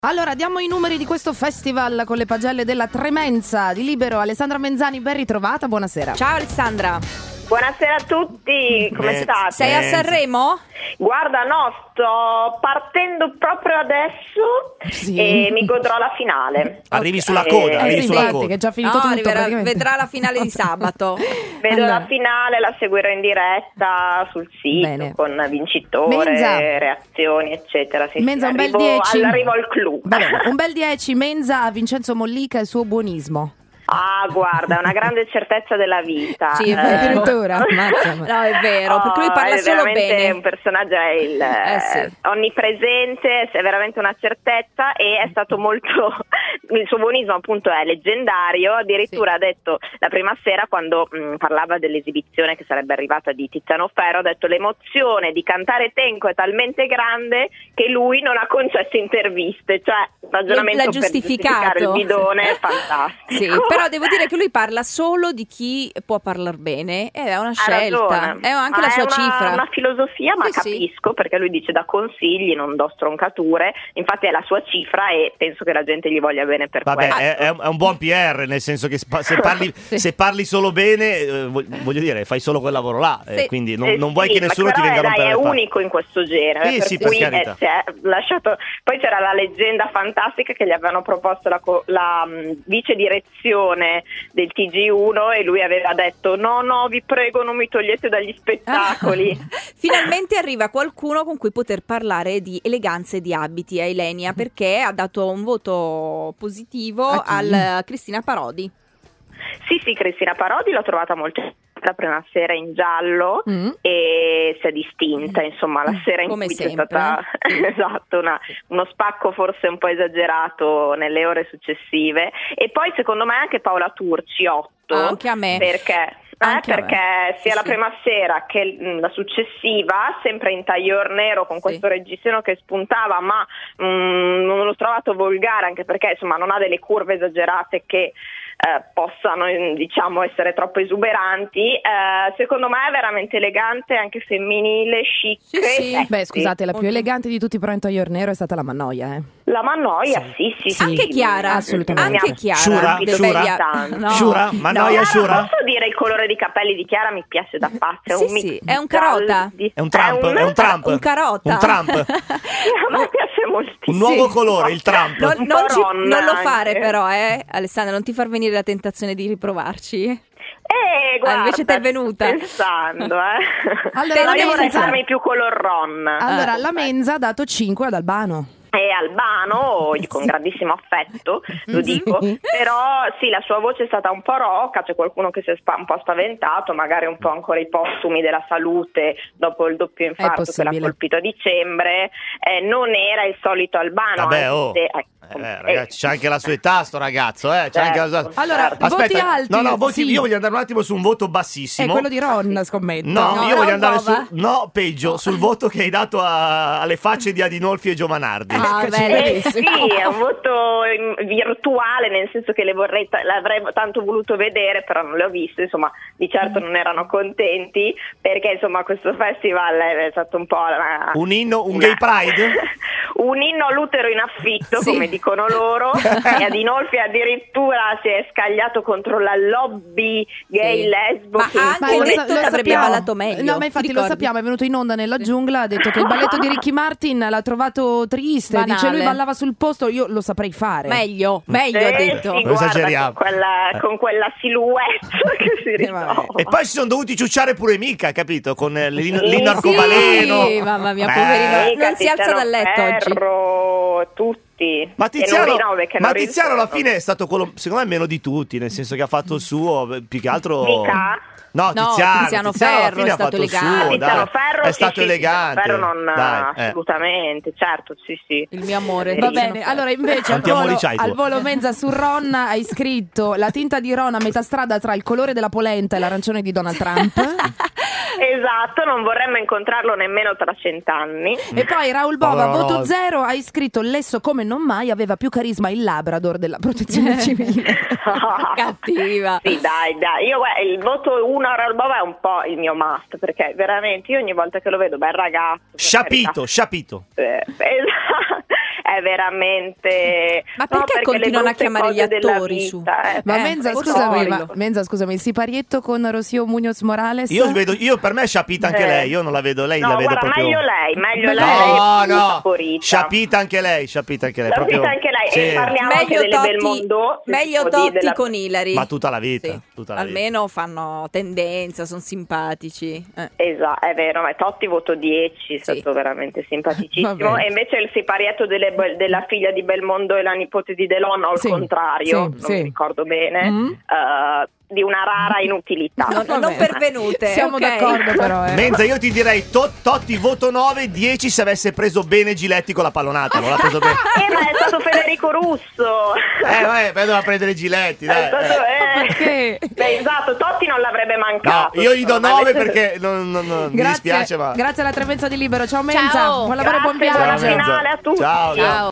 Allora, diamo i numeri di questo festival con le pagelle della Tremenza di Libero. Alessandra Menzani, ben ritrovata, buonasera. Ciao Alessandra. Buonasera a tutti, come state? Sei a Sanremo? Guarda, no, sto partendo proprio adesso e mi godrò la finale. Arrivi sulla coda, sì, infatti, che è già finito tutto. Vedrà la finale di sabato. Vedo la finale, la seguirò in diretta sul sito. Bene. Con vincitore, Menza. reazioni, eccetera. Sì, Menza, sì, un bel 10. Arrivo al clou. Va bene, un bel 10, Menza a Vincenzo Mollica e il suo buonismo. Ah, guarda, è una grande certezza della vita. Sì, è vero. Addirittura. No, è vero, perché lui parla è solo veramente bene. un personaggio Sì. onnipresente, è veramente una certezza e è stato molto, il suo buonismo appunto è leggendario, addirittura ha detto la prima sera quando parlava dell'esibizione che sarebbe arrivata di Tiziano Ferro, ha detto l'emozione di cantare Tenco è talmente grande che lui non ha concesso interviste, cioè ragionamento L'ha per giustificare il giustificato. bidone è fantastico. Sì, però devo dire che lui parla solo di chi può parlare bene ed è una Ha scelta, ragione. è anche la sua cifra. È una filosofia, ma Sì, sì. capisco perché lui dice da consigli, non do stroncature, infatti è la sua cifra e penso che la gente gli voglia bene per Vabbè, questo. è un buon PR, nel senso che se parli solo bene, voglio dire, fai solo quel lavoro là, Sì. quindi non vuoi Sì, che nessuno ma ti venga a però rompere è le palle. unico in questo genere, Sì, per sì, per cui carità. si è lasciato. Poi c'era la leggenda fantastica che gli avevano proposto la vice direzione del TG1 e lui aveva detto no, vi prego non mi togliete dagli spettacoli. Finalmente arriva qualcuno con cui poter parlare di eleganza e di abiti a Ilenia, perché ha dato un voto positivo A chi? al Cristina Parodi. Sì, Cristina Parodi l'ho trovata molto la prima sera in giallo e si è distinta, insomma, la sera in Come cui sempre. c'è stata esatto, uno spacco forse un po' esagerato nelle ore successive. E poi secondo me anche Paola Turci 8, Anche a me. perché Anche a me. perché sia Sì, la sì. prima sera che la successiva, sempre in tailleur nero con questo reggiseno che spuntava, ma non l'ho trovato volgare, anche perché insomma non ha delle curve esagerate che possano diciamo essere troppo esuberanti. Secondo me è veramente elegante, anche femminile, chic. Sì, sì. sexy. Beh, scusate, la più elegante di tutti però in tailleur nero è stata la Mannoia, La Mannoia, sì. Anche Chiara, assolutamente. Anche Chiara. Shura? Sveglia. No. Shura? Mannoia No. Shura? Posso dire il colore di capelli di Chiara mi piace da pazza, è Sì, un mix sì, è un carota. È un Trump, è un Trump. Un carota. Un Trump. a me piace moltissimo. Un nuovo colore, il Trump. Un po' Ron Non lo fare anche. però, Alessandra, non ti far venire la tentazione di riprovarci. Guarda, invece t'è venuta. Pensando, Allora, No, io vorrei Menza. farmi più color Ron. Allora, la Menza ha dato 5 ad Albano. È albano, con grandissimo affetto, lo dico, però sì, la sua voce è stata un po' roca, c'è qualcuno che si è un po' spaventato, magari un po' ancora i postumi della salute dopo il doppio infarto che l'ha possibile. colpito a dicembre, non era il solito albano. Vabbè, anzi se- ragazzi, c'è anche la sua età, sto ragazzo, c'è anche la sua... Allora, Aspetta, voti alti. no, voti, sì. io voglio andare un attimo su un voto È bassissimo. quello di Ron, scommetto. No, No, io voglio Ron andare Bova. peggio, sul voto che hai dato alle facce di Adinolfi e Giovanardi. Ah, Eccoci, bene. benissimo. Sì, è un voto virtuale, nel senso che l'avrei tanto voluto vedere, però non le ho viste, insomma, di certo non erano contenti, perché insomma questo festival è stato un po' Un inno, un gay pride? un inno all'utero in affitto, Sì. come dicono loro, e Adinolfi addirittura si è scagliato contro la lobby gay Sì. lesbo. Ma che anche impone- detto che avrebbe ballato meglio. No, ma ti infatti lo ricordi? sappiamo, è venuto in onda nella giungla, ha detto che il balletto di Ricky Martin l'ha trovato triste, Banale. dice lui ballava sul posto, io lo saprei fare. Meglio, ha detto. Sì, Non guarda, esageriamo. con quella silhouette che si ritrova. E poi si sono dovuti ciucciare pure mica, capito? Con l'inno Sì, arcobaleno. Sì, mamma mia, poverino. Mica Non si alza Tiziano dal letto oggi. Ferro, tutti. Ma E non Tiziano, rinnovi, che non Tiziano alla rispondono. fine è stato quello, secondo me, meno di tutti, nel senso che ha fatto il suo, più che altro... Mica? No, No, Tiziano Tiziano alla Ferro fine è ha stato fatto il elegante. suo, Tiziano dai. Ferro, È sì, stato sì, elegante. Tiziano Ferro non Dai, assolutamente, certo, sì. Il mio amore. Va Tiziano bene, Ferro. allora invece Quanti amori c'hai tu? al volo Menza su Ron hai scritto la tinta di Ron a metà strada tra il colore della polenta e l'arancione di Donald Trump. Esatto, non vorremmo incontrarlo nemmeno tra 100 anni. E poi Raul Bova, Povero voto Ron. 0, hai scritto lesso come non mai, aveva più carisma il Labrador della protezione civile. Cattiva. Sì, dai, io guarda, il voto 1 a Raul è un po' il mio must, perché veramente io ogni volta che lo vedo, bel ragazzo, per Sciapito, sciapito. carità. è veramente... Ma perché continuano a chiamare gli attori su? Ma Menza, scusami, il siparietto con Rocío Muñoz Morales? Io per me è sciapita anche lei, io non la vedo, lei la vedo guarda, proprio... meglio lei, sciapita anche lei, proprio... anche lei, Sì. e parliamo anche delle Belmondo. Meglio Totti con Hilary. Ma tutta la vita, Sì. tutta la vita. Almeno fanno tendenza, sono simpatici. Esatto, è vero, ma Totti voto 10, è stato veramente simpaticissimo. E invece il siparietto della figlia di Belmondo e la nipote di Delon, o il contrario, non mi ricordo bene, di una rara inutilità. Non pervenute. Siamo d'accordo però. Menza, io ti direi Totti voto 9, 10 se avesse preso bene Giletti con la pallonata, non l'ha preso bene. Ma è stato Federico Russo. Doveva prendere Giletti, dai. Perché? Beh, esatto, Totti non l'avrebbe mancato. No, io gli do 9 perché mi dispiace, ma... Grazie alla Tremenza di Libero. Ciao Menza, Ciao. buon lavoro e buon Grazie, viaggio. buona finale a tutti. Ciao.